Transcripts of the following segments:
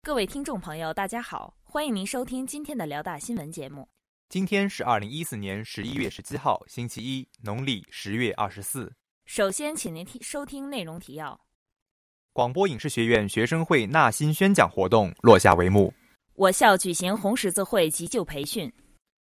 各位听众朋友，大家好，欢迎您收听今天的辽大新闻节目。 今天是2014年11月17号，星期一，农历10月24。 首先，请您收听内容提要。 广播影视学院学生会纳新宣讲活动落下帷幕。 我校举行红十字会急救培训。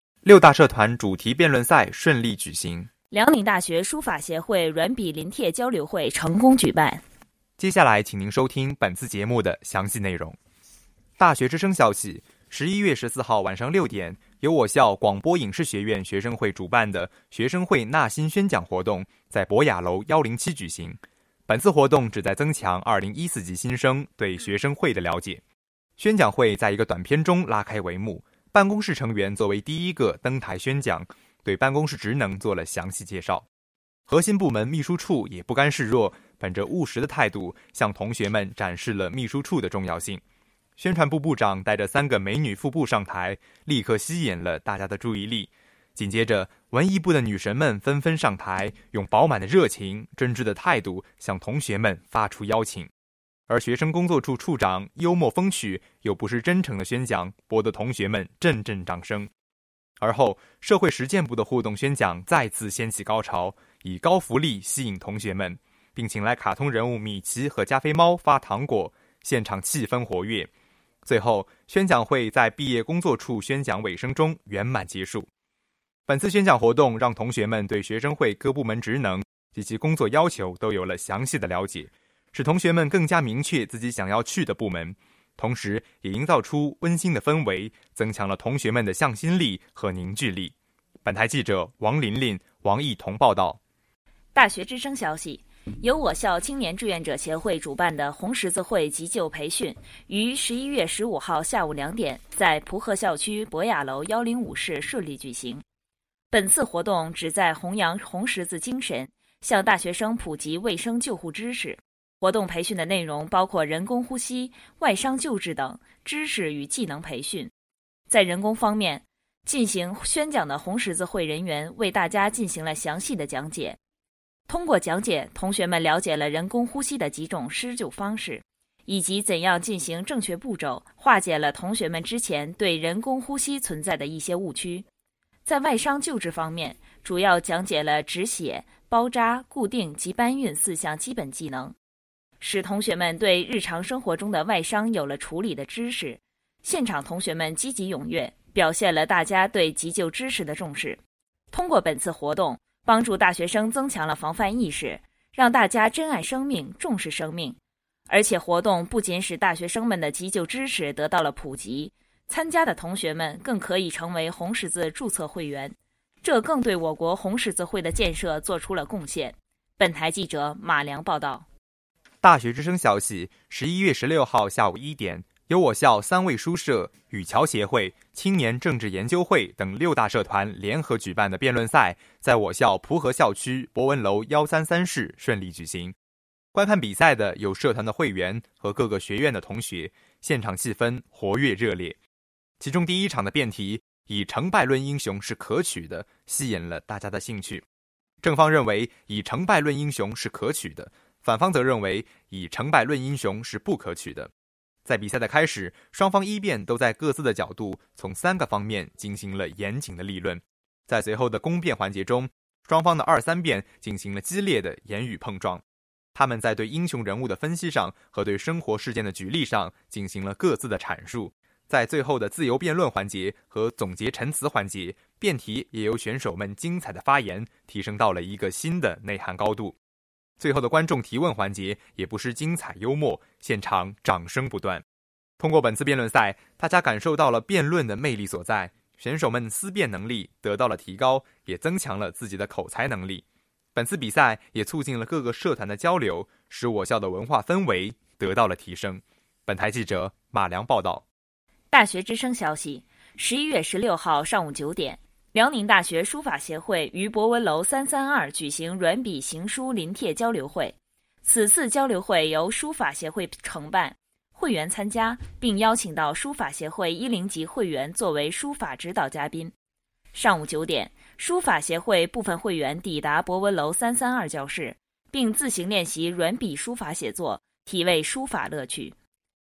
6大社团主题辩论赛顺利举行。 辽宁大学书法协会软笔临帖交流会成功举办。 接下来，请您收听本次节目的详细内容。大学之声消息，11月14号晚上6点，由我校广播影视学院学生会主办的学生会纳新宣讲活动在博雅楼107举行。本次活动旨在增强2014级新生对学生会的了解。宣讲会在一个短片中拉开帷幕，办公室成员作为第一个登台宣讲，对办公室职能做了详细介绍。核心部门秘书处也不甘示弱，本着务实的态度，向同学们展示了秘书处的重要性。宣传部部长带着3个美女副部上台，立刻吸引了大家的注意力。紧接着，文艺部的女神们纷纷上台，用饱满的热情、真挚的态度向同学们发出邀请。而学生工作处处长幽默风趣又不失真诚的宣讲，博得同学们阵阵掌声。而后，社会实践部的互动宣讲再次掀起高潮，以高福利吸引同学们，并请来卡通人物米奇和加菲猫发糖果，现场气氛活跃。最后，宣讲会在毕业工作处宣讲尾声中圆满结束。本次宣讲活动让同学们对学生会各部门职能及其工作要求都有了详细的了解，使同学们更加明确自己想要去的部门，同时也营造出温馨的氛围，增强了同学们的向心力和凝聚力。本台记者王琳琳、王艺彤报道。 大学之声消息，由我校青年志愿者协会主办的红十字会急救培训于11月15号下午2点在蒲河校区博雅楼105室顺利举行。本次活动旨在弘扬红十字精神，向大学生普及卫生救护知识。活动培训的内容包括人工呼吸、外伤救治等知识与技能培训。在人工方面，进行宣讲的红十字会人员为大家进行了详细的讲解。通过讲解，同学们了解了人工呼吸的几种施救方式，以及怎样进行正确步骤，化解了同学们之前对人工呼吸存在的一些误区。在外伤救治方面，主要讲解了止血、包扎、固定及搬运4项基本技能，使同学们对日常生活中的外伤有了处理的知识。现场同学们积极踊跃，表现了大家对急救知识的重视。通过本次活动，帮助大学生增强了防范意识，让大家珍爱生命、重视生命。而且活动不仅使大学生们的急救知识得到了普及，参加的同学们更可以成为红十字注册会员，这更对我国红十字会的建设做出了贡献。本台记者马良报道。 大学之声消息，11月16号下午1点，由我校3位书社、语侨协会、青年政治研究会等6大社团联合举办的辩论赛，在我校蒲河校区博文楼133室顺利举行。观看比赛的有社团的会员和各个学院的同学，现场气氛活跃热烈。其中第一场的辩题以成败论英雄是可取的，吸引了大家的兴趣。正方认为以成败论英雄是可取的，反方则认为以成败论英雄是不可取的。在比赛的开始，双方一辩都在各自的角度从3个方面进行了严谨的立论。在随后的公辩环节中，双方的2、3辩进行了激烈的言语碰撞。他们在对英雄人物的分析上和对生活事件的举例上进行了各自的阐述。在最后的自由辩论环节和总结陈词环节，辩题也由选手们精彩的发言提升到了一个新的内涵高度。最后的观众提问环节也不失精彩幽默，现场掌声不断。通过本次辩论赛，大家感受到了辩论的魅力所在，选手们思辨能力得到了提高，也增强了自己的口才能力。本次比赛也促进了各个社团的交流，使我校的文化氛围得到了提升。本台记者马良报道。 大学之声消息，11月16号上午9点，辽宁大学书法协会于博文楼332举行软笔行书临帖交流会。此次交流会由书法协会承办，会员参加，并邀请到书法协会10级会员作为书法指导嘉宾。上午9点，书法协会部分会员抵达博文楼332教室，并自行练习软笔书法写作，体味书法乐趣。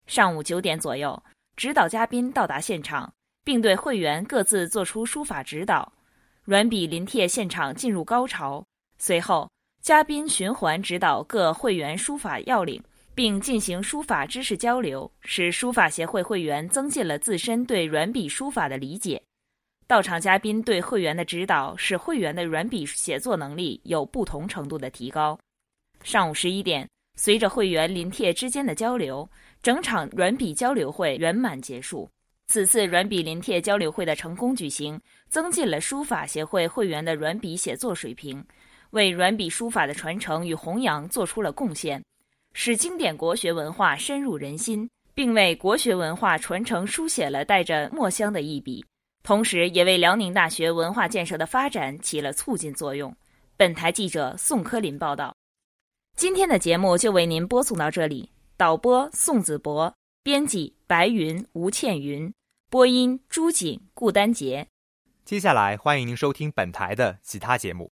上午9点左右，指导嘉宾到达现场，并对会员各自作出书法指导。软笔临帖现场进入高潮，随后嘉宾循环指导各会员书法要领，并进行书法知识交流，使书法协会会员增进了自身对软笔书法的理解。到场嘉宾对会员的指导，使会员的软笔写作能力有不同程度的提高。上午11点，随着会员临帖之间的交流，整场软笔交流会圆满结束。此次软笔临帖交流会的成功举行，增进了书法协会会员的软笔写作水平，为软笔书法的传承与弘扬做出了贡献，使经典国学文化深入人心，并为国学文化传承书写了带着墨香的一笔，同时也为辽宁大学文化建设的发展起了促进作用。本台记者宋科林报道。今天的节目就为您播送到这里，导播宋子博，编辑白云、吴倩云，播音朱瑾、顾丹杰。 接下来欢迎您收听本台的其他节目。